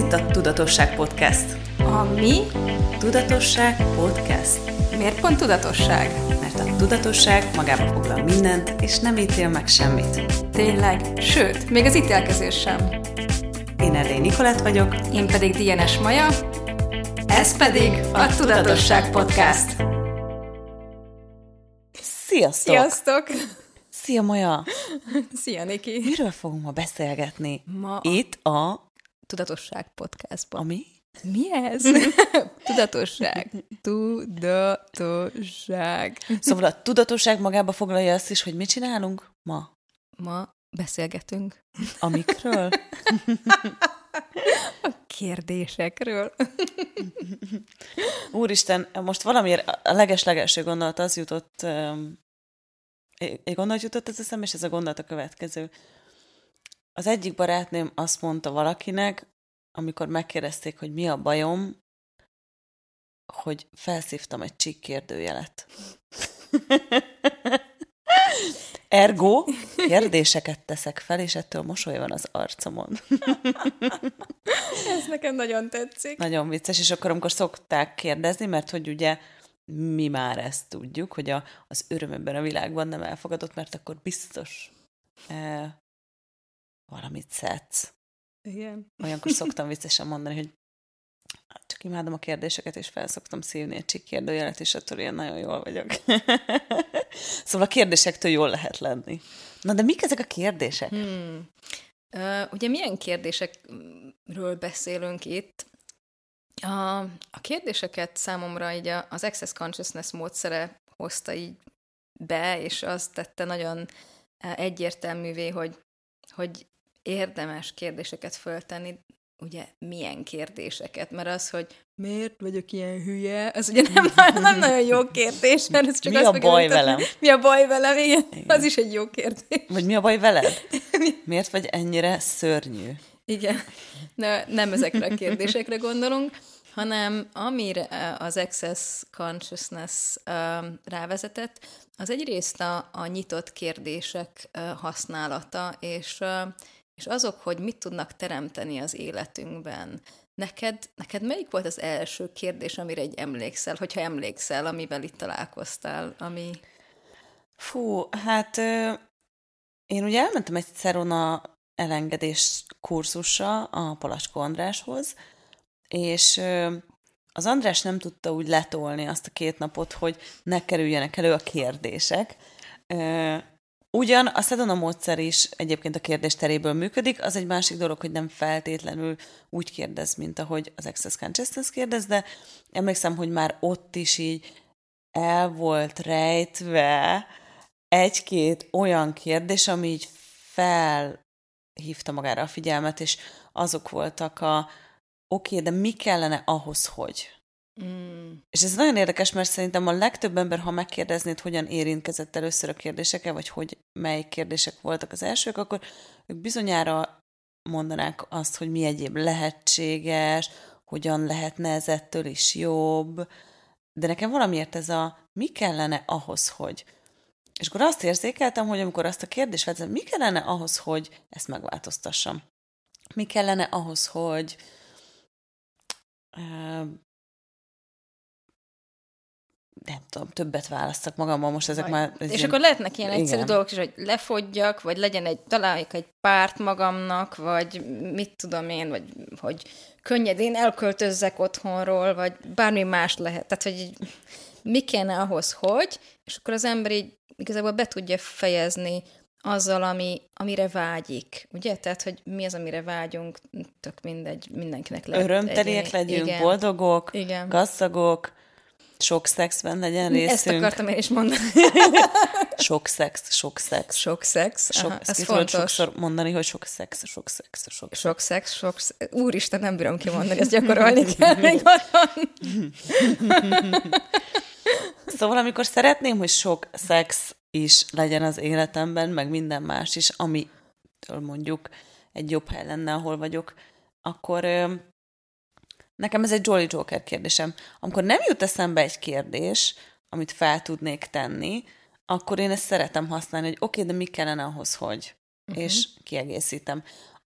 itt a Tudatosság Podcast. A mi? Tudatosság Podcast. Miért pont tudatosság? Mert a tudatosság magába foglal mindent, és nem ítél meg semmit. Tényleg, sőt, még az ítélkezés sem. Én Erdély Nikolett vagyok. Én pedig Dienes Maja. Ez pedig a Tudatosság Podcast. Sziasztok! Sziasztok! Szia Maja! Szia Niki! Miről fogunk ma beszélgetni? Ma itt a Tudatosság Podcastban. Mi? Mi ez? Tudatosság. Tudatosság. Szóval a tudatosság magába foglalja azt is, hogy mit csinálunk ma? Ma beszélgetünk. Amikről? A kérdésekről. Úristen, most valamiért a leges-legelső gondolat az jutott, egy gondolat jutott ez eszembe, és ez a gondolat a következő. Az egyik barátnőm azt mondta valakinek, amikor megkérdezték, hogy mi a bajom, hogy felszívtam egy csík kérdőjelet. Ergo, kérdéseket teszek fel, és ettől mosoly van az arcomon. Ez nekem nagyon tetszik. Nagyon vicces, és akkor amikor szokták kérdezni, mert hogy ugye mi már ezt tudjuk, hogy az öröm ebben a világban nem elfogadott, mert akkor biztos valamit szedsz. Igen. Olyankor szoktam viccesen mondani, hogy csak imádom a kérdéseket, és fel szoktam szívni egy csík kérdőjelet, és attól ilyen nagyon jól vagyok. Szóval a kérdésektől jól lehet lenni. Na, de mik ezek a kérdések? Ugye milyen kérdésekről beszélünk itt? A kérdéseket számomra így az Access Consciousness módszere hozta így be, és azt tette nagyon egyértelművé, hogy érdemes kérdéseket föltenni, ugye milyen kérdéseket, mert az, hogy miért vagyok ilyen hülye, az ugye nem nagyon jó kérdés, mert ez csak mi azt a baj velem? Mi a baj velem, igen. Igen. Az is egy jó kérdés. Vagy mi a baj veled? Miért vagy ennyire szörnyű? Igen, nem ezekre a kérdésekre gondolunk, hanem amire az Access Consciousness rávezetett, az egyrészt a nyitott kérdések használata, és azok, hogy mit tudnak teremteni az életünkben. Neked melyik volt az első kérdés, amire így emlékszel, hogyha emlékszel, amivel itt találkoztál? Fú, hát én ugye elmentem egy Cerona elengedés kurzusra a Palacskó Andráshoz, és az András nem tudta úgy letolni azt a 2 napot, hogy ne kerüljenek elő a kérdések. Ugyan a Sedona módszer is egyébként a kérdésteréből működik, az egy másik dolog, hogy nem feltétlenül úgy kérdez, mint ahogy az Access Consciousness kérdez, de emlékszem, hogy már ott is így el volt rejtve 1-2 olyan kérdés, ami így felhívta magára a figyelmet, és azok voltak oké, de mi kellene ahhoz, hogy? És ez nagyon érdekes, mert szerintem a legtöbb ember, ha megkérdeznéd, hogyan érintkezett először a kérdésekkel, vagy hogy mely kérdések voltak az elsők, akkor ők bizonyára mondanák azt, hogy mi egyéb lehetséges, hogyan lehetne ez ettől is jobb, de nekem valamiért ez mi kellene ahhoz, hogy. És akkor azt érzékeltem, hogy amikor azt a kérdést vezetem, mi kellene ahhoz, hogy ezt megváltoztassam? Mi kellene ahhoz, hogy nem tudom, többet választak magammal, most ezek már... És ilyen, akkor lehetnek ilyen egyszerű dolgok is, hogy lefogyjak, vagy találjak egy párt magamnak, vagy mit tudom én, vagy hogy könnyedén elköltözzek otthonról, vagy bármi más lehet. Tehát, hogy mi kéne ahhoz, hogy, és akkor az ember így igazából be tudja fejezni azzal, amire vágyik. Ugye? Tehát, hogy mi az, amire vágyunk, tök mindegy, mindenkinek lehet. Örömteliek legyünk, igen. Boldogok, igen. Gazdagok, sok szexben legyen részünk. Ezt akartam én is mondani. Sok szex. Sok szex, aha, ez fontos. Sokszor mondani, hogy sok szex. Sok szex. Úristen, nem bírom kimondani, ezt gyakorolni kell még otthon. Szóval amikor szeretném, hogy sok szex is legyen az életemben, meg minden más is, amitől mondjuk egy jobb hely lenne, ahol vagyok, akkor nekem ez egy Jolly Joker kérdésem. Amikor nem jut eszembe egy kérdés, amit fel tudnék tenni, akkor én ezt szeretem használni, hogy oké, de mi kellene ahhoz, hogy? És kiegészítem.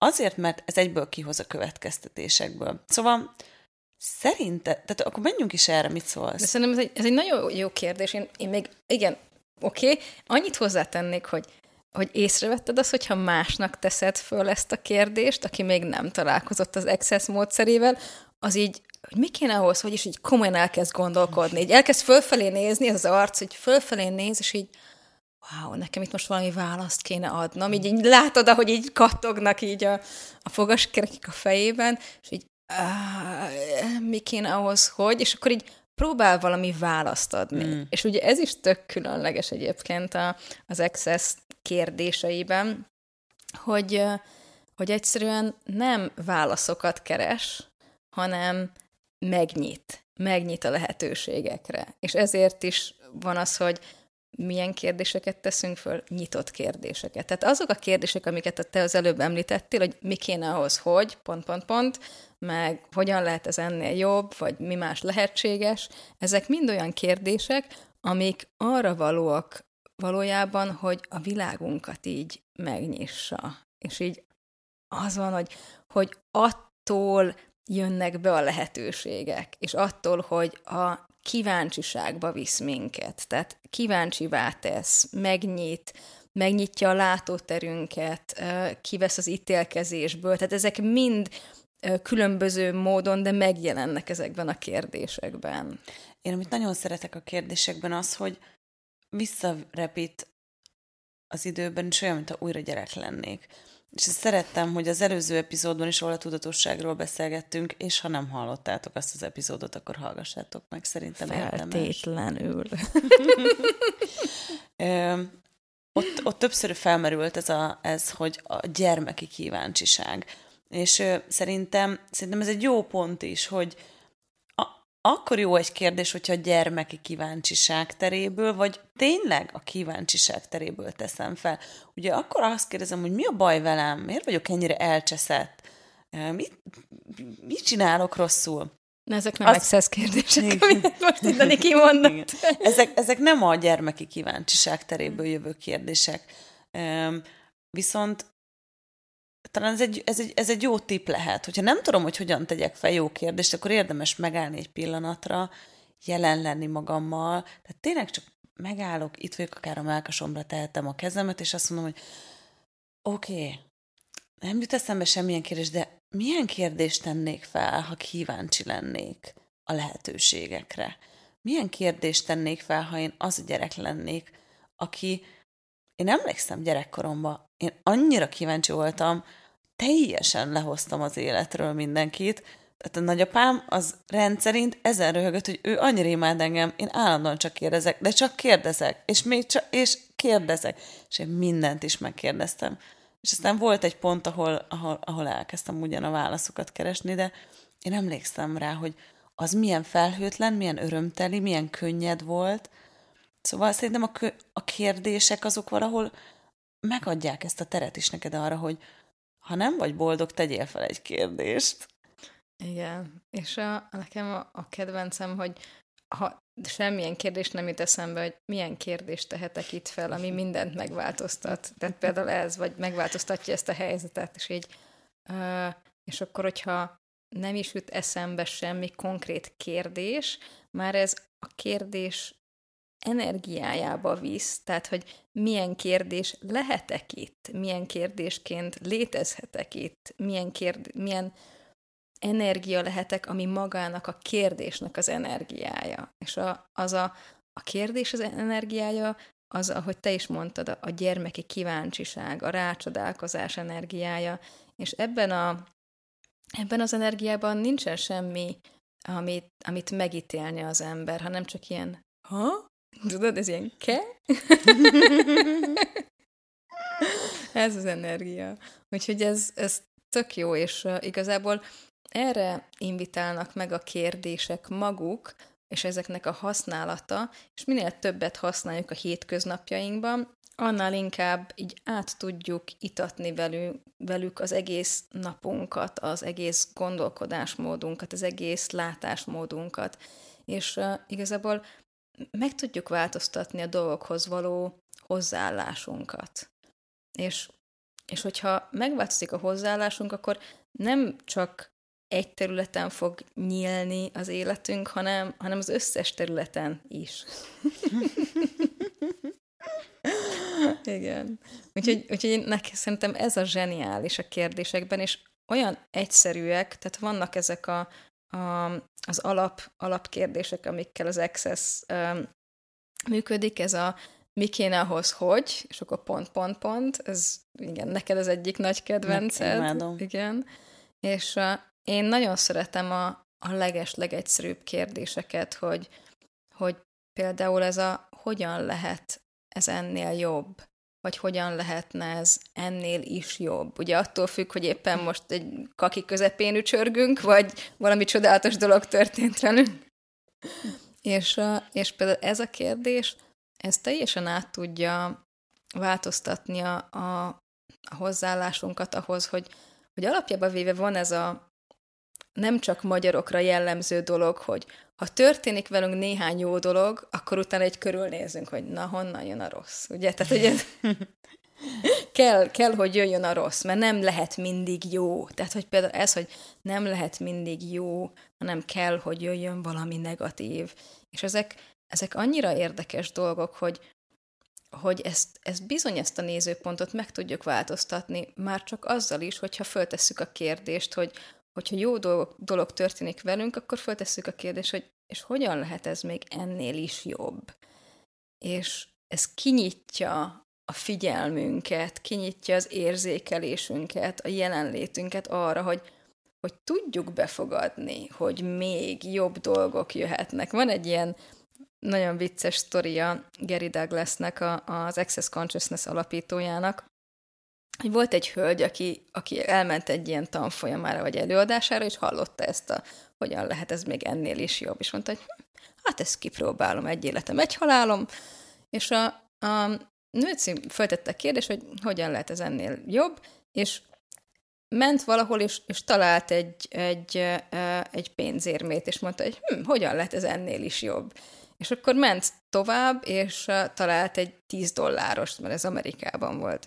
azért, mert ez egyből kihoz a következtetésekből. Szóval szerinted, tehát akkor menjünk is erre, mit szólsz? De szerintem ez egy nagyon jó kérdés. Én még, igen, oké, annyit hozzátennék, hogy észrevetted azt, hogyha másnak teszed föl ezt a kérdést, aki még nem találkozott az Access módszerével, az így, hogy mi kéne ahhoz, hogy is így komolyan elkezd gondolkodni. Így elkezd fölfelé nézni, ez az arc, hogy fölfelé néz, és így wow, nekem itt most valami választ kéne adnom. Így látod, ahogy így kattognak így a fogaskerekik a fejében, és így mi kéne ahhoz, hogy, és akkor így próbál valami választ adni. És ugye ez is tök különleges egyébként az Access kérdéseiben, hogy egyszerűen nem válaszokat keres, hanem megnyit a lehetőségekre. És ezért is van az, hogy milyen kérdéseket teszünk föl, nyitott kérdéseket. Tehát azok a kérdések, amiket te az előbb említettél, hogy mi kéne ahhoz, hogy, meg hogyan lehet ez ennél jobb, vagy mi más lehetséges, ezek mind olyan kérdések, amik arra valóak valójában, hogy a világunkat így megnyissa. És így az van, hogy attól jönnek be a lehetőségek, és attól, hogy a kíváncsiságba visz minket. Tehát kíváncsivá tesz, megnyitja a látóterünket, kivesz az ítélkezésből. Tehát ezek mind különböző módon, de megjelennek ezekben a kérdésekben. Én amit nagyon szeretek a kérdésekben az, hogy visszarepít az időben, és olyan, mintha újra gyerek lennék. És ezt szerettem, hogy az előző epizódban is, ahol a tudatosságról beszélgettünk, és ha nem hallottátok azt az epizódot, akkor hallgassátok meg, szerintem feltétlenül. Ott többször felmerült ez, hogy a gyermeki kíváncsiság. És szerintem ez egy jó pont is, hogy akkor jó egy kérdés, hogyha a gyermeki kíváncsiság teréből, vagy tényleg a kíváncsiság teréből teszem fel. Ugye akkor azt kérdezem, hogy mi a baj velem? Miért vagyok ennyire elcseszett? Mit csinálok rosszul? Ezek nem Access kérdések, amit most itteni kimondott. Ezek nem a gyermeki kíváncsiság teréből jövő kérdések. Viszont talán ez egy jó tipp lehet. Hogyha nem tudom, hogy hogyan tegyek fel jó kérdést, akkor érdemes megállni egy pillanatra, jelen lenni magammal. Tehát tényleg csak megállok, itt vagyok, akár a mellkasomra tehetem a kezemet, és azt mondom, hogy oké, nem jut eszembe semmilyen kérdés, de milyen kérdést tennék fel, ha kíváncsi lennék a lehetőségekre? Milyen kérdést tennék fel, ha én az a gyerek lennék, aki, én emlékszem gyerekkoromban, én annyira kíváncsi voltam, teljesen lehoztam az életről mindenkit. Tehát a nagyapám az rendszerint ezen röhögött, hogy ő annyira imád engem, én állandóan csak kérdezek, de csak kérdezek, és kérdezek. És én mindent is megkérdeztem. És aztán volt egy pont, ahol elkezdtem ugyan a válaszokat keresni, de én emlékszem rá, hogy az milyen felhőtlen, milyen örömteli, milyen könnyed volt. Szóval szerintem a kérdések azok valahol megadják ezt a teret is neked arra, hogy ha nem vagy boldog, tegyél fel egy kérdést. Igen, és nekem a kedvencem, hogy ha semmilyen kérdés nem jut eszembe, hogy milyen kérdést tehetek itt fel, ami mindent megváltoztat. Tehát például ez, vagy megváltoztatja ezt a helyzetet, és így, és akkor, hogyha nem is jut eszembe semmi konkrét kérdés, már ez a kérdés energiájába visz, tehát, hogy milyen kérdés lehetek itt, milyen kérdésként létezhetek itt, milyen energia lehetek, ami magának a kérdésnek az energiája. És a kérdés az energiája, az, ahogy te is mondtad, a gyermeki kíváncsiság, a rácsodálkozás energiája, és ebben az energiában nincsen semmi, amit megítélni az ember, hanem csak ilyen, tudod, ez ilyen ez az energia. Úgyhogy ez tök jó, és igazából erre invitálnak meg a kérdések maguk, és ezeknek a használata, és minél többet használjuk a hétköznapjainkban, annál inkább így át tudjuk itatni velük az egész napunkat, az egész gondolkodásmódunkat, az egész látásmódunkat. És igazából meg tudjuk változtatni a dolgokhoz való hozzáállásunkat. És És hogyha megváltozik a hozzáállásunk, akkor nem csak egy területen fog nyílni az életünk, hanem az összes területen is. Igen. Úgyhogy nekem szerintem ez a zseniális a kérdésekben, és olyan egyszerűek, tehát vannak ezek az alapkérdések, amikkel az Access működik, ez a mi kéne ahhoz, hogy, és akkor pont, ez igen, neked az egyik nagy kedvenced. Igen. És én nagyon szeretem a legegyszerűbb kérdéseket, hogy például ez a hogyan lehet ez ennél jobb, vagy hogyan lehetne ez ennél is jobb. Ugye attól függ, hogy éppen most egy kaki közepén ücsörgünk, vagy valami csodálatos dolog történt velünk. És például ez a kérdés, ez teljesen át tudja változtatni a hozzáállásunkat ahhoz, hogy alapjában véve van ez a nem csak magyarokra jellemző dolog, hogy ha történik velünk néhány jó dolog, akkor utána egy körülnézünk, hogy na, honnan jön a rossz. Ugye? Tehát, hogy ez kell, hogy jöjjön a rossz, mert nem lehet mindig jó. Tehát, hogy például ez, hogy nem lehet mindig jó, hanem kell, hogy jöjjön valami negatív. És ezek annyira érdekes dolgok, hogy ezt a nézőpontot meg tudjuk változtatni, már csak azzal is, hogyha föltesszük a kérdést, hogyha jó dolog történik velünk, akkor föltesszük a kérdést, hogy és hogyan lehet ez még ennél is jobb. És ez kinyitja a figyelmünket, kinyitja az érzékelésünket, a jelenlétünket arra, hogy tudjuk befogadni, hogy még jobb dolgok jöhetnek. Van egy ilyen nagyon vicces sztoria Gary Douglasnek, az Access Consciousness alapítójának, hogy volt egy hölgy, aki elment egy ilyen tanfolyamára vagy előadására, és hallotta ezt hogyan lehet ez még ennél is jobb. És mondta, hogy hát ezt kipróbálom, egy életem, egy halálom. És a nőci föltette a kérdést, hogy hogyan lehet ez ennél jobb, és ment valahol, és talált egy pénzérmét, és mondta, hogy hogyan lehet ez ennél is jobb. És akkor ment tovább, és talált egy $10, mert ez Amerikában volt.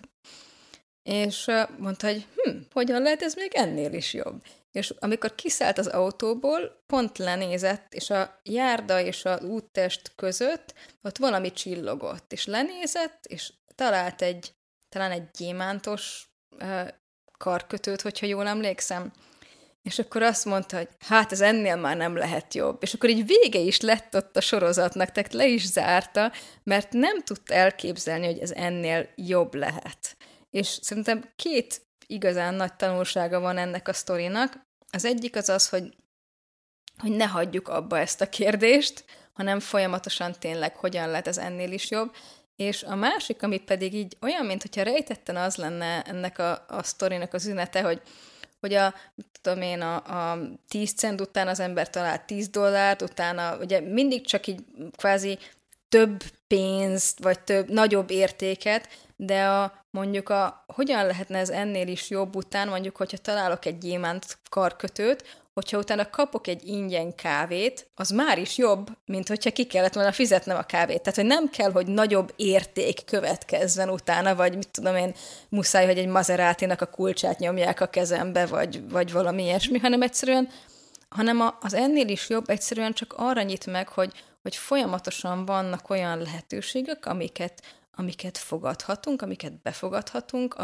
És mondta, hogy hogyan lehet ez még ennél is jobb. És amikor kiszállt az autóból, pont lenézett, és a járda és az úttest között ott valami csillogott, és lenézett, és talált talán egy gyémántos karkötőt, hogyha jól emlékszem. És akkor azt mondta, hogy hát ez ennél már nem lehet jobb. És akkor így vége is lett ott a sorozatnak, tehát le is zárta, mert nem tudta elképzelni, hogy ez ennél jobb lehet. És szerintem 2 igazán nagy tanulsága van ennek a sztorinak. Az egyik az, hogy ne hagyjuk abba ezt a kérdést, hanem folyamatosan tényleg hogyan lehet ez ennél is jobb. És a másik, ami pedig így olyan, mintha rejtetten az lenne ennek a sztorinak az üzenete, hogy a 10 cent után az ember talált $10, utána ugye mindig csak így kvázi több pénzt, vagy nagyobb értéket, de mondjuk hogyan lehetne ez ennél is jobb után, mondjuk, hogyha találok egy gyémánt karkötőt, hogyha utána kapok egy ingyen kávét, az már is jobb, mint hogyha ki kellett volna fizetnem a kávét. Tehát, hogy nem kell, hogy nagyobb érték következzen utána, vagy mit tudom én, muszáj, hogy egy Maseratinak a kulcsát nyomják a kezembe, vagy valami ilyesmi, hanem az ennél is jobb egyszerűen csak arra nyit meg, hogy folyamatosan vannak olyan lehetőségek, amiket fogadhatunk, amiket befogadhatunk,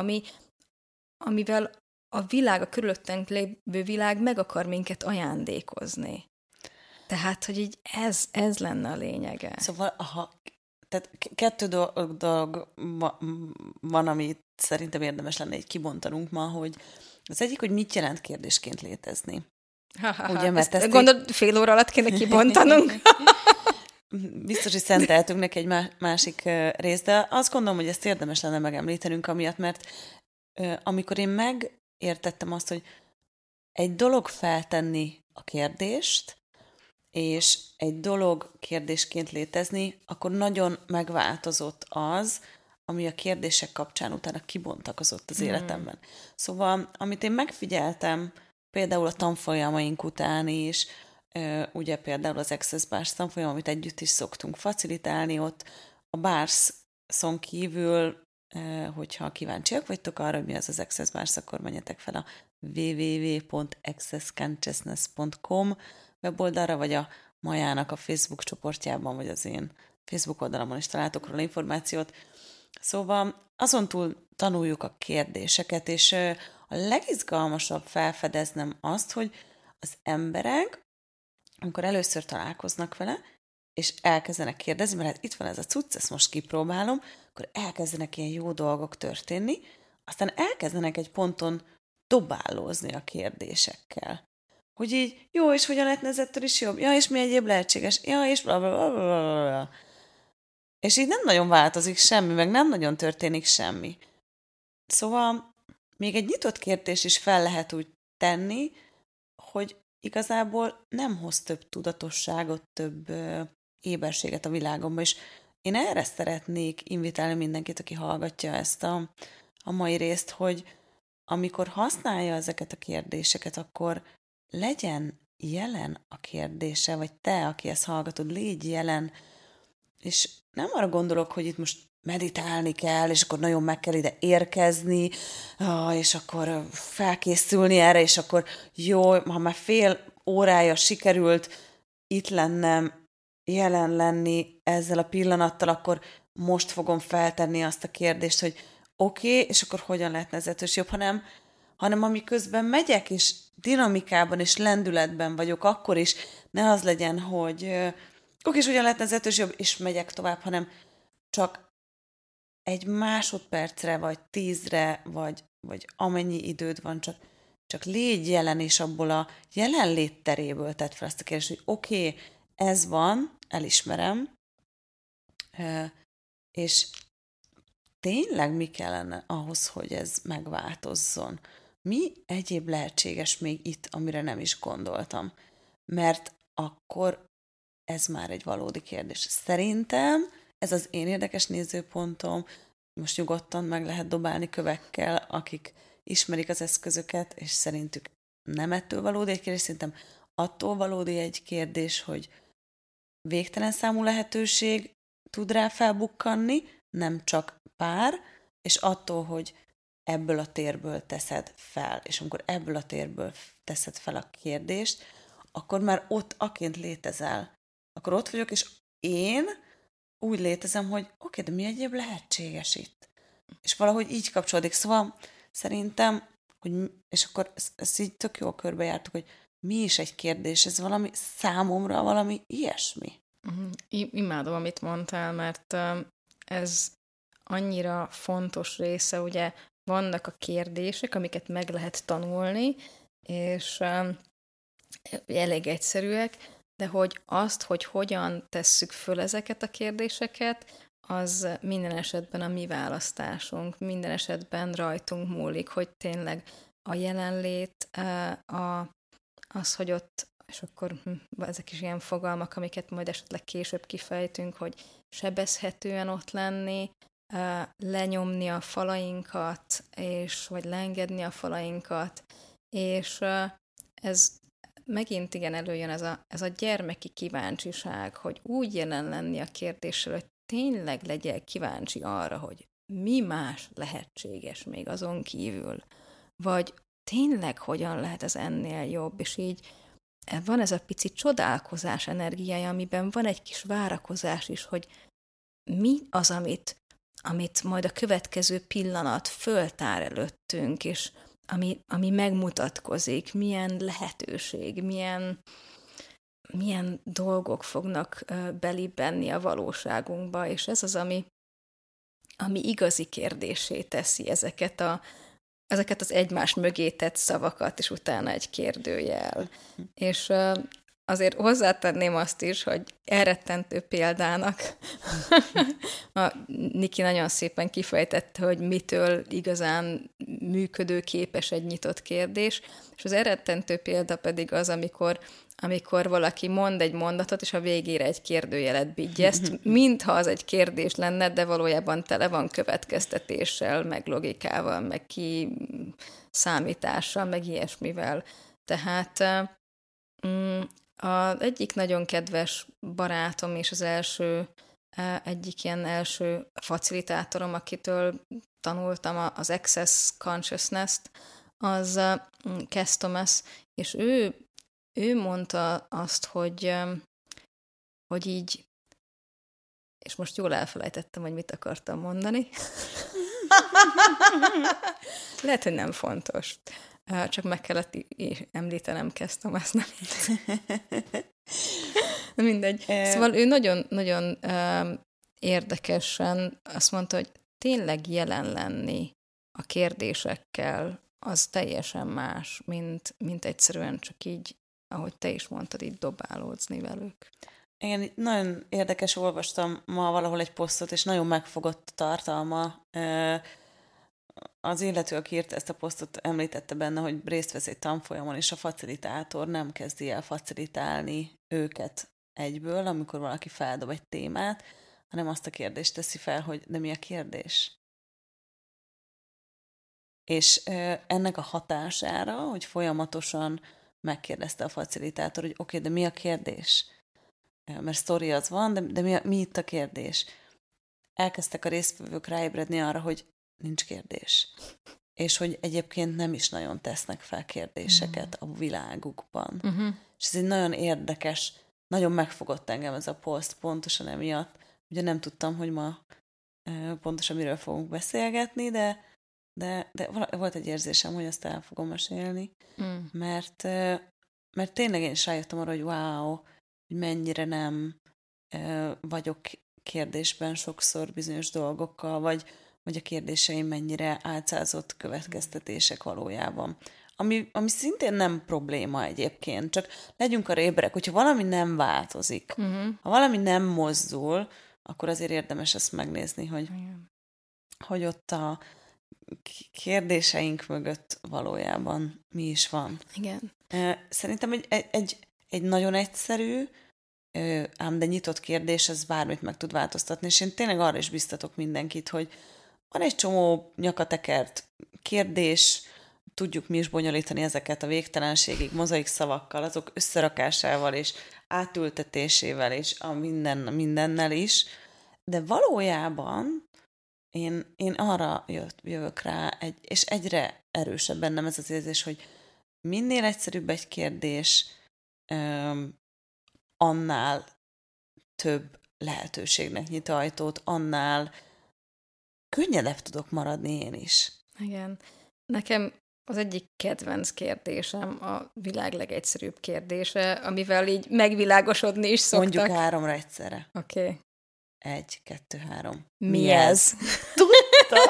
amivel a világ, a körülöttünk lévő világ meg akar minket ajándékozni. Tehát, hogy így ez lenne a lényege. Szóval, tehát 2 dolog van, amit szerintem érdemes lenne így kibontanunk ma, hogy az egyik, hogy mit jelent kérdésként létezni. Ugye, mert ezt gondolod, fél óra alatt kéne kibontanunk? Biztos, hogy szenteltünk neki egy másik részt, de azt gondolom, hogy ezt érdemes lenne megemlítenünk amiatt, mert amikor én megértettem azt, hogy egy dolog feltenni a kérdést, és egy dolog kérdésként létezni, akkor nagyon megváltozott az, ami a kérdések kapcsán utána kibontakozott az életemben. Szóval, amit én megfigyeltem, például a tanfolyamaink után is, ugye például az Access Bars tanfolyam, amit együtt is szoktunk facilitálni, ott a Barson kívül hogyha kíváncsiak vagytok arra, hogy mi az Access Bars, akkor menjetek fel a www.accessconsciousness.com weboldalra, vagy a Majának a Facebook csoportjában, vagy az én Facebook oldalamon is találtok róla információt. Szóval azon túl tanuljuk a kérdéseket, és a legizgalmasabb felfedeznem azt, hogy az emberek, amikor először találkoznak vele, és elkezdenek kérdezni, mert hát itt van ez a cucc, ezt most kipróbálom, akkor elkezdenek ilyen jó dolgok történni, aztán elkezdenek egy ponton dobálózni a kérdésekkel. Hogy így, jó, és hogyan lehetne ez ettől is jobb? Ja, és mi egyéb lehetséges? Ja, és blablabla. És így nem nagyon változik semmi, meg nem nagyon történik semmi. Szóval még egy nyitott kérdés is fel lehet úgy tenni, hogy igazából nem hoz több tudatosságot, több éberséget a világomba, és én erre szeretnék invitálni mindenkit, aki hallgatja ezt a mai részt, hogy amikor használja ezeket a kérdéseket, akkor legyen jelen a kérdése, vagy te, aki ezt hallgatod, légy jelen, és nem arra gondolok, hogy itt most meditálni kell, és akkor nagyon meg kell ide érkezni, és akkor felkészülni erre, és akkor jó, ha már fél órája sikerült itt lennem, jelen lenni ezzel a pillanattal, akkor most fogom feltenni azt a kérdést, hogy oké, és akkor hogyan lehetne ez jobb, hanem ami közben megyek, és dinamikában és lendületben vagyok, akkor is ne az legyen, hogy oké, és hogyan lehetne ez jobb, és megyek tovább, hanem csak egy másodpercre, vagy 10-re, vagy amennyi időd van, csak légy jelen, és abból a jelenlét teréből tedd fel azt a kérdést, hogy oké, ez van, elismerem, és tényleg mi kellene ahhoz, hogy ez megváltozzon? Mi egyéb lehetséges még itt, amire nem is gondoltam? Mert akkor ez már egy valódi kérdés. Szerintem ez az én érdekes nézőpontom, most nyugodtan meg lehet dobálni kövekkel, akik ismerik az eszközöket, és szerintük nem ettől valódi egy kérdés, szerintem attól valódi egy kérdés, hogy végtelen számú lehetőség tud rá felbukkanni, nem csak pár, és attól, hogy ebből a térből teszed fel, és amikor ebből a térből teszed fel a kérdést, akkor már ott aként létezel. Akkor ott vagyok, és én úgy létezem, hogy oké, de mi egyéb lehetséges itt? És valahogy így kapcsolódik. Szóval szerintem, hogy, és akkor ezt így tök jól körbejártuk, hogy mi is egy kérdés, ez valami számomra valami ilyesmi. Imádom, amit mondtál, mert ez annyira fontos része, ugye vannak a kérdések, amiket meg lehet tanulni, és elég egyszerűek, de hogy azt, hogy hogyan tesszük föl ezeket a kérdéseket, az minden esetben a mi választásunk, minden esetben rajtunk múlik, hogy tényleg a jelenlét, az, hogy ott, és akkor ezek is ilyen fogalmak, amiket majd esetleg később kifejtünk, hogy sebezhetően ott lenni, lenyomni a falainkat, vagy leengedni a falainkat, és ez megint igen előjön ez a gyermeki kíváncsiság, hogy úgy jelen lenni a kérdéssel, hogy tényleg legyél kíváncsi arra, hogy mi más lehetséges még azon kívül, vagy tényleg hogyan lehet ez ennél jobb, és így van ez a pici csodálkozás energiája, amiben van egy kis várakozás is, hogy mi az, amit majd a következő pillanat föltár előttünk, és ami megmutatkozik, milyen lehetőség, milyen dolgok fognak belibbenni a valóságunkba, és ez az, ami igazi kérdéssé teszi ezeket az egymás mögé tett szavakat, és utána egy kérdőjel. És azért hozzátenném azt is, hogy elrettentő példának a Niki nagyon szépen kifejtette, hogy mitől igazán működőképes egy nyitott kérdés, és az elrettentő példa pedig az, amikor valaki mond egy mondatot, és a végére egy kérdőjelet biggyeszt, mintha az egy kérdés lenne, de valójában tele van következtetéssel, meg logikával, meg kiszámítással, meg ilyesmivel. Tehát az egyik nagyon kedves barátom és az első egyik ilyen első facilitátorom, akitől tanultam az Access Consciousness-t, az Cass Thomas, és ő mondta azt, hogy így, és most jól elfelejtettem, hogy mit akartam mondani. Lehet, hogy nem fontos. Csak meg kellett említenem Cass Thomas nevét. Mindegy. Szóval ő nagyon érdekesen azt mondta, hogy tényleg jelen lenni a kérdésekkel, az teljesen más, mint egyszerűen csak így, ahogy te is mondtad, így dobálódzni velük. Igen, nagyon érdekes, olvastam ma valahol egy posztot, és nagyon megfogott a tartalma. Az illető, aki írta ezt a posztot, említette benne, hogy részt vesz egy tanfolyamon, és a facilitátor nem kezdi el facilitálni őket egyből, amikor valaki feldob egy témát, hanem azt a kérdést teszi fel, hogy de mi a kérdés? És ennek a hatására, hogy folyamatosan megkérdezte a facilitátor, hogy oké, de mi a kérdés? Mert sztori az van, de mi itt a kérdés? Elkezdtek a résztvevők ráébredni arra, hogy nincs kérdés. És hogy egyébként nem is nagyon tesznek fel kérdéseket a világukban. És ez egy nagyon érdekes, nagyon megfogott engem ez a poszt pontosan emiatt. Ugye nem tudtam, hogy ma pontosan miről fogunk beszélgetni, de volt egy érzésem, hogy azt el fogom mesélni, mert tényleg én is rájöttem arra, hogy wow, hogy mennyire nem vagyok kérdésben sokszor bizonyos dolgokkal, vagy a kérdéseim mennyire álcázott következtetések valójában. Ami szintén nem probléma egyébként, csak legyünk arra éberek, hogyha valami nem változik, ha valami nem mozdul, akkor azért érdemes ezt megnézni, hogy ott a kérdéseink mögött valójában mi is van. Igen. Szerintem egy nagyon egyszerű, ám de nyitott kérdés, ez bármit meg tud változtatni, és én tényleg arra is biztatok mindenkit, hogy van egy csomó nyakatekert kérdés, tudjuk mi is bonyolítani ezeket a végtelenségig, mozaik szavakkal, azok összerakásával és átültetésével és a mindennel is, de valójában én arra jövök rá, és egyre erősebb bennem ez az érzés, hogy minél egyszerűbb egy kérdés, annál több lehetőségnek nyit ajtót, annál könnyedebb tudok maradni én is. Igen. Nekem az egyik kedvenc kérdésem a világ legegyszerűbb kérdése, amivel így megvilágosodni is szoktak. Mondjuk 3-ra egyszerre. Oké. Okay. 1, 2, 3. Mi ez? Tudtam!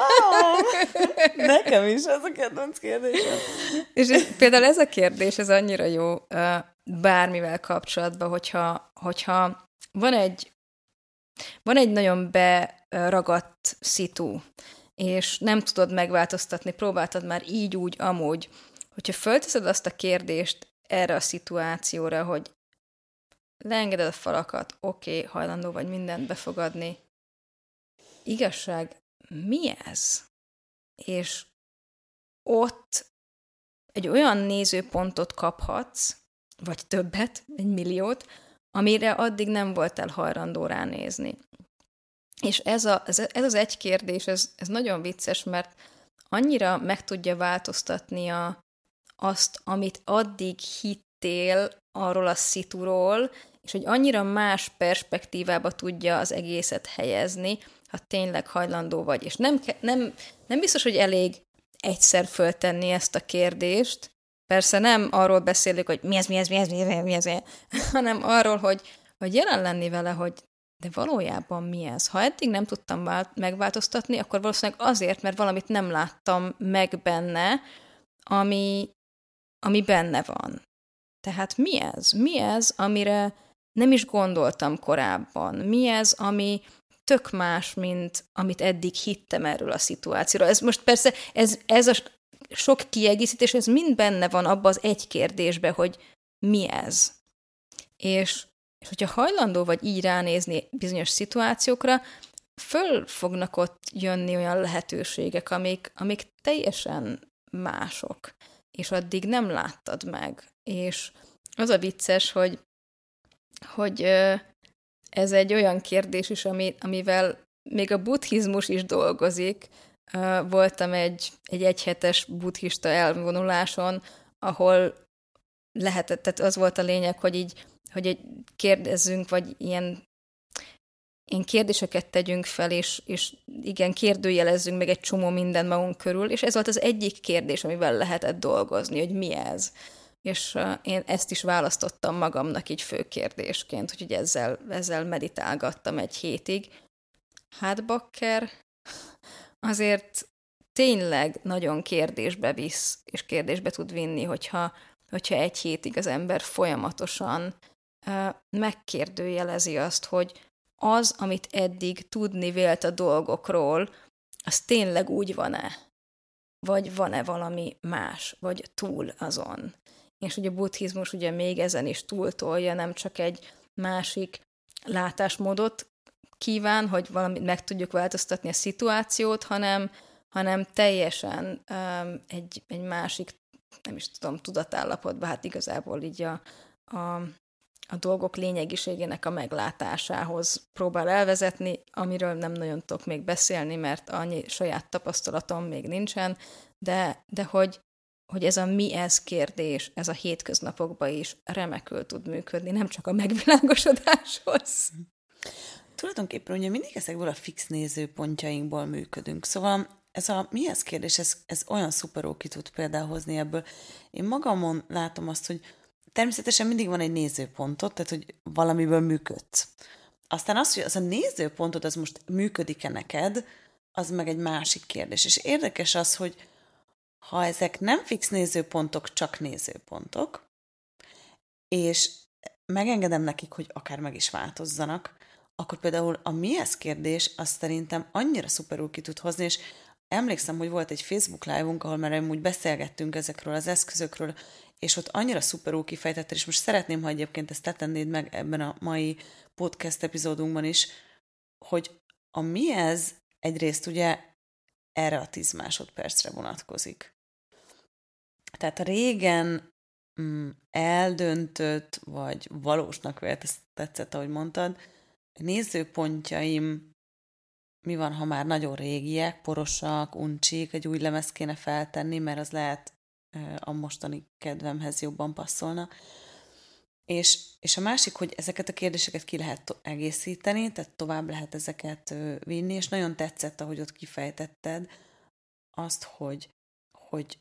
Nekem is ez a kedvenc kérdésem. És például ez a kérdés, ez annyira jó bármivel kapcsolatban, hogyha van egy nagyon beragadt szitu, és nem tudod megváltoztatni, próbáltad már így, úgy, amúgy, hogyha fölteszed azt a kérdést erre a szituációra, hogy leengeded a falakat, oké, hajlandó vagy mindent befogadni. Igazság, mi ez? És ott egy olyan nézőpontot kaphatsz, vagy többet, 1 milliót, amire addig nem voltál hajlandó ránézni. És ez az egy kérdés, ez nagyon vicces, mert annyira meg tudja változtatni azt, amit addig hittél arról a szituról, és hogy annyira más perspektívába tudja az egészet helyezni, ha tényleg hajlandó vagy. És nem biztos, hogy elég egyszer föltenni ezt a kérdést. Persze nem arról beszélünk, hogy mi ez, hanem arról, hogy jelen lenni vele, hogy de valójában mi ez? Ha eddig nem tudtam megváltoztatni, akkor valószínűleg azért, mert valamit nem láttam meg benne, ami benne van. Tehát mi ez? Mi ez, amire nem is gondoltam korábban? Mi ez, ami tök más, mint amit eddig hittem erről a szituációról? Ez most persze, ez a sok kiegészítés, ez mind benne van abban az egy kérdésben, hogy mi ez? És hogyha hajlandó vagy így ránézni bizonyos szituációkra, föl fognak ott jönni olyan lehetőségek, amik teljesen mások, és addig nem láttad meg. És az a vicces, hogy ez egy olyan kérdés is, amivel még a buddhizmus is dolgozik. Voltam egy egyhetes buddhista elvonuláson, ahol lehetett, tehát az volt a lényeg, hogy kérdezzünk, vagy ilyen kérdéseket tegyünk fel, és igen, kérdőjelezzünk meg egy csomó minden magunk körül, és ez volt az egyik kérdés, amivel lehetett dolgozni, hogy mi ez. És én ezt is választottam magamnak így fő kérdésként, úgyhogy ezzel meditálgattam egy hétig. Hát bakker, azért tényleg nagyon kérdésbe visz, és kérdésbe tud vinni, hogyha egy hétig az ember folyamatosan megkérdőjelezi azt, hogy az, amit eddig tudni vélt a dolgokról, az tényleg úgy van-e? Vagy van-e valami más? Vagy túl azon? És ugye a buddhizmus ugye még ezen is túltolja, nem csak egy másik látásmódot kíván, hogy valamit meg tudjuk változtatni a szituációt, hanem teljesen egy másik, nem is tudom, tudatállapotban, hát igazából így a dolgok lényegiségének a meglátásához próbál elvezetni, amiről nem nagyon tudok még beszélni, mert annyi saját tapasztalatom még nincsen, de hogy ez a mi ez kérdés, ez a hétköznapokban is remekül tud működni, nem csak a megvilágosodáshoz. Tulajdonképpen ugye mindig ezekből a fix nézőpontjainkból működünk. Szóval ez a mi ez kérdés, ez olyan szuperó ki tud például hozni ebből. Én magamon látom azt, hogy természetesen mindig van egy nézőpontod, tehát hogy valamiből működsz. Aztán az, hogy az a nézőpontod, az most működik-e neked, az meg egy másik kérdés. És érdekes az, hogy ha ezek nem fix nézőpontok, csak nézőpontok, és megengedem nekik, hogy akár meg is változzanak, akkor például a mi ez kérdés, azt szerintem annyira szuperul ki tud hozni, és emlékszem, hogy volt egy Facebook live-unk, ahol már amúgy beszélgettünk ezekről az eszközökről, és ott annyira szuperul kifejtetted, és most szeretném, ha egyébként ezt tetennéd meg ebben a mai podcast epizódunkban is, hogy a mi ez egyrészt ugye erre a 10 másodpercre vonatkozik. Tehát a régen eldöntött, vagy valósnak vélt, ezt tetszett, ahogy mondtad, nézőpontjaim, mi van, ha már nagyon régiek, porosak, uncsik, egy új lemez kéne feltenni, mert az lehet a mostani kedvemhez jobban passzolna. És a másik, hogy ezeket a kérdéseket ki lehet egészíteni, tehát tovább lehet ezeket vinni, és nagyon tetszett, ahogy ott kifejtetted azt, hogy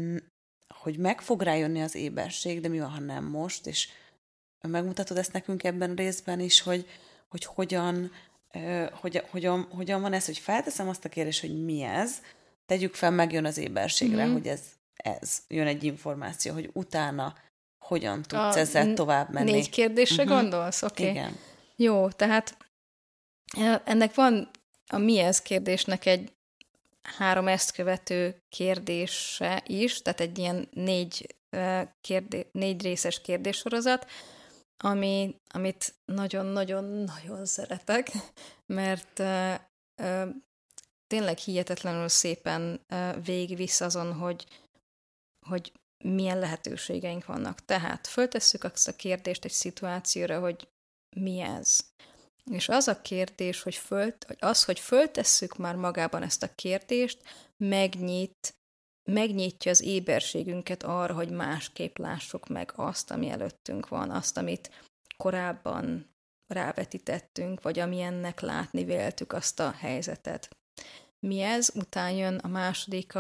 meg fog rájönni az éberség, de mi van, ha nem most, és megmutatod ezt nekünk ebben a részben is, hogy hogyan van ez, hogy felteszem azt a kérdést, hogy mi ez, tegyük fel, megjön az éberségre, hogy ez jön egy információ, hogy utána hogyan tudsz ezzel tovább menni. 4 kérdésre gondolsz? Oké. Igen. Jó, tehát ennek van a mi ez kérdésnek egy 3 ezt követő kérdése is, tehát egy ilyen 4 részes kérdéssorozat, amit nagyon-nagyon-nagyon szeretek, mert tényleg hihetetlenül szépen végigvisz azon, hogy milyen lehetőségeink vannak. Tehát föltesszük azt a kérdést egy szituációra, hogy mi ez. És az a kérdés, hogy föltesszük már magában ezt a kérdést, megnyitja az éberségünket arra, hogy másképp lássuk meg azt, ami előttünk van, azt, amit korábban rávetítettünk, vagy amilyennek látni véltük azt a helyzetet. Mi ez? Után jön a második,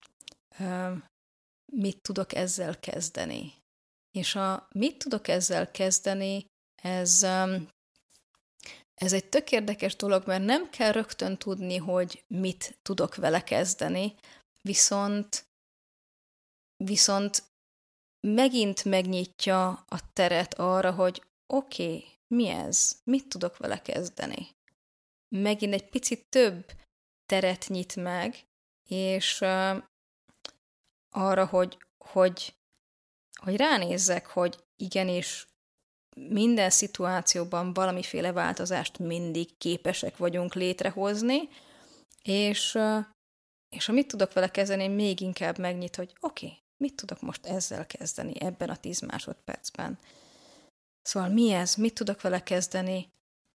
mit tudok ezzel kezdeni. És a mit tudok ezzel kezdeni, ez egy tök érdekes dolog, mert nem kell rögtön tudni, hogy mit tudok vele kezdeni, viszont megint megnyitja a teret arra, hogy oké, mi ez? Mit tudok vele kezdeni? Megint egy picit több teret nyit meg, és arra, hogy ránézzek, hogy igenis minden szituációban valamiféle változást mindig képesek vagyunk létrehozni, és a mit tudok vele kezdeni, még inkább megnyit, hogy oké, mit tudok most ezzel kezdeni ebben a 10 másodpercben. Szóval mi ez? Mit tudok vele kezdeni?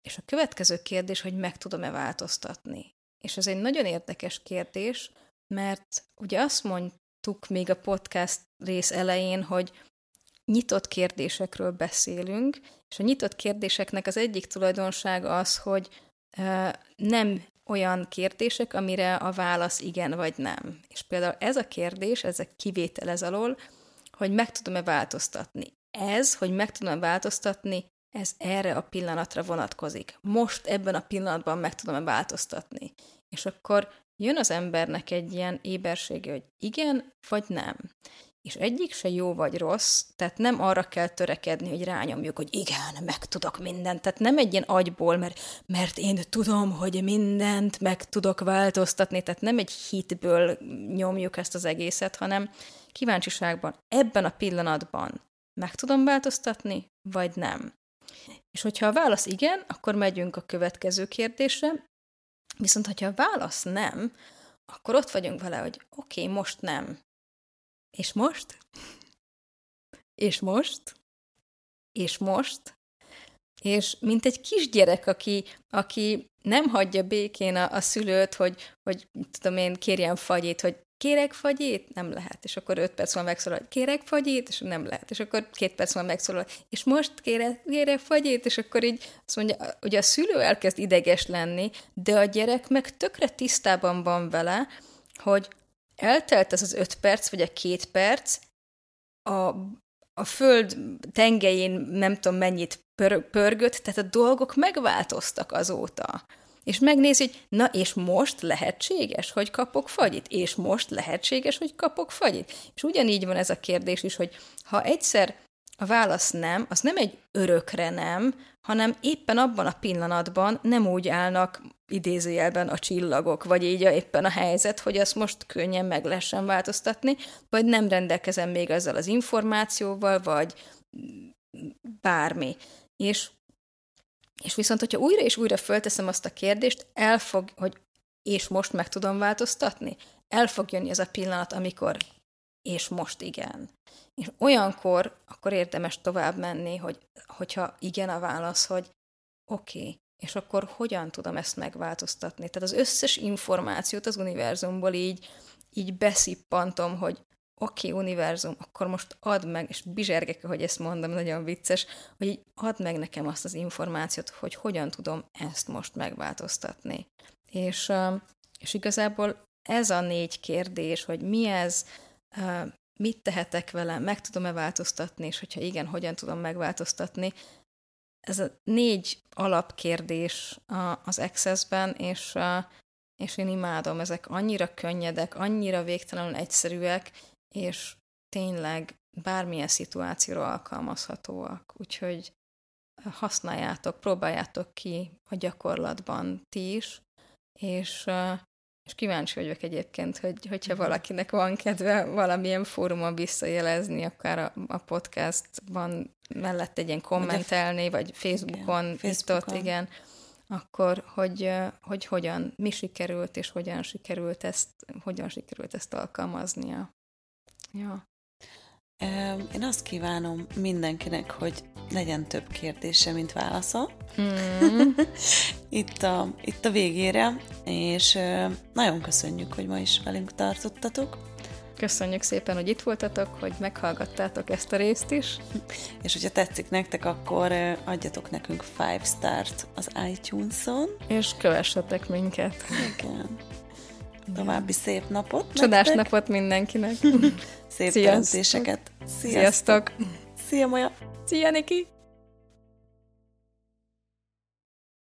És a következő kérdés, hogy meg tudom-e változtatni. És ez egy nagyon érdekes kérdés, mert ugye azt mondtuk még a podcast rész elején, hogy nyitott kérdésekről beszélünk, és a nyitott kérdéseknek az egyik tulajdonsága az, hogy nem olyan kérdések, amire a válasz igen vagy nem. És például ez a kérdés, ez a kivétel ez alól, hogy meg tudom-e változtatni. Ez, hogy meg tudom-e változtatni, ez erre a pillanatra vonatkozik. Most ebben a pillanatban meg tudom-e változtatni. És akkor jön az embernek egy ilyen ébersége, hogy igen vagy nem. És egyik se jó vagy rossz, tehát nem arra kell törekedni, hogy rányomjuk, hogy igen, meg tudok mindent. Tehát nem egy ilyen agyból, mert én tudom, hogy mindent meg tudok változtatni, tehát nem egy hitből nyomjuk ezt az egészet, hanem kíváncsiságban, ebben a pillanatban meg tudom változtatni, vagy nem. És hogyha a válasz igen, akkor megyünk a következő kérdésre, viszont hogyha a válasz nem, akkor ott vagyunk vele, hogy oké, most nem. És most? És most? És most? És mint egy kisgyerek, aki nem hagyja békén a szülőt, hogy tudom én, kérjen fagyit, hogy kérek fagyit? Nem lehet. És akkor 5 perc van megszólal, hogy kérek fagyit? És nem lehet. És akkor 2 perc van megszólal, és most kérek fagyit? És akkor így azt mondja, ugye a szülő elkezd ideges lenni, de a gyerek meg tökre tisztában van vele, hogy eltelt az 5 perc, vagy a 2 perc, a föld tengelyén nem tudom mennyit pörgött, tehát a dolgok megváltoztak azóta. És megnézi, hogy na és most lehetséges, hogy kapok fagyit? És most lehetséges, hogy kapok fagyit? És ugyanígy van ez a kérdés is, hogy ha egyszer a válasz nem, az nem egy örökre nem, hanem éppen abban a pillanatban nem úgy állnak idézőjelben a csillagok, vagy így éppen a helyzet, hogy azt most könnyen meg lehessen változtatni, vagy nem rendelkezem még azzal az információval, vagy bármi. És viszont, hogyha újra és újra fölteszem azt a kérdést, hogy és most meg tudom változtatni? El fog jönni az a pillanat, amikor és most igen. És olyankor akkor érdemes tovább menni, hogyha igen a válasz, hogy oké, és akkor hogyan tudom ezt megváltoztatni? Tehát az összes információt az univerzumból így beszippantom, hogy oké, univerzum, akkor most add meg, és bizsergek, hogy ezt mondom, nagyon vicces, hogy így add meg nekem azt az információt, hogy hogyan tudom ezt most megváltoztatni. És igazából ez a 4 kérdés, hogy mi ez, mit tehetek vele, meg tudom-e változtatni, és hogyha igen, hogyan tudom megváltoztatni. Ez a 4 alapkérdés az Access-ben, és én imádom, ezek annyira könnyedek, annyira végtelenül egyszerűek, és tényleg bármilyen szituációra alkalmazhatóak. Úgyhogy használjátok, próbáljátok ki a gyakorlatban ti is, és kíváncsi vagyok egyébként, hogyha valakinek van kedve valamilyen fórumon visszajelezni, akár a podcastban mellett egy ilyen kommentelni, vagy Facebookon, igen, akkor hogy hogyan, mi sikerült, és hogyan sikerült ezt alkalmaznia. Ja. Én azt kívánom mindenkinek, hogy legyen több kérdése, mint válasza. Itt a végére, és nagyon köszönjük, hogy ma is velünk tartottatok. Köszönjük szépen, hogy itt voltatok, hogy meghallgattátok ezt a részt is. És hogyha tetszik nektek, akkor adjatok nekünk 5 start az iTunes-on. És kövessetek minket. Igen. További szép napot. Csodás napot mindenkinek. Szép teremtéseket. Sziasztok. Szia, Maja. Szia, Niki.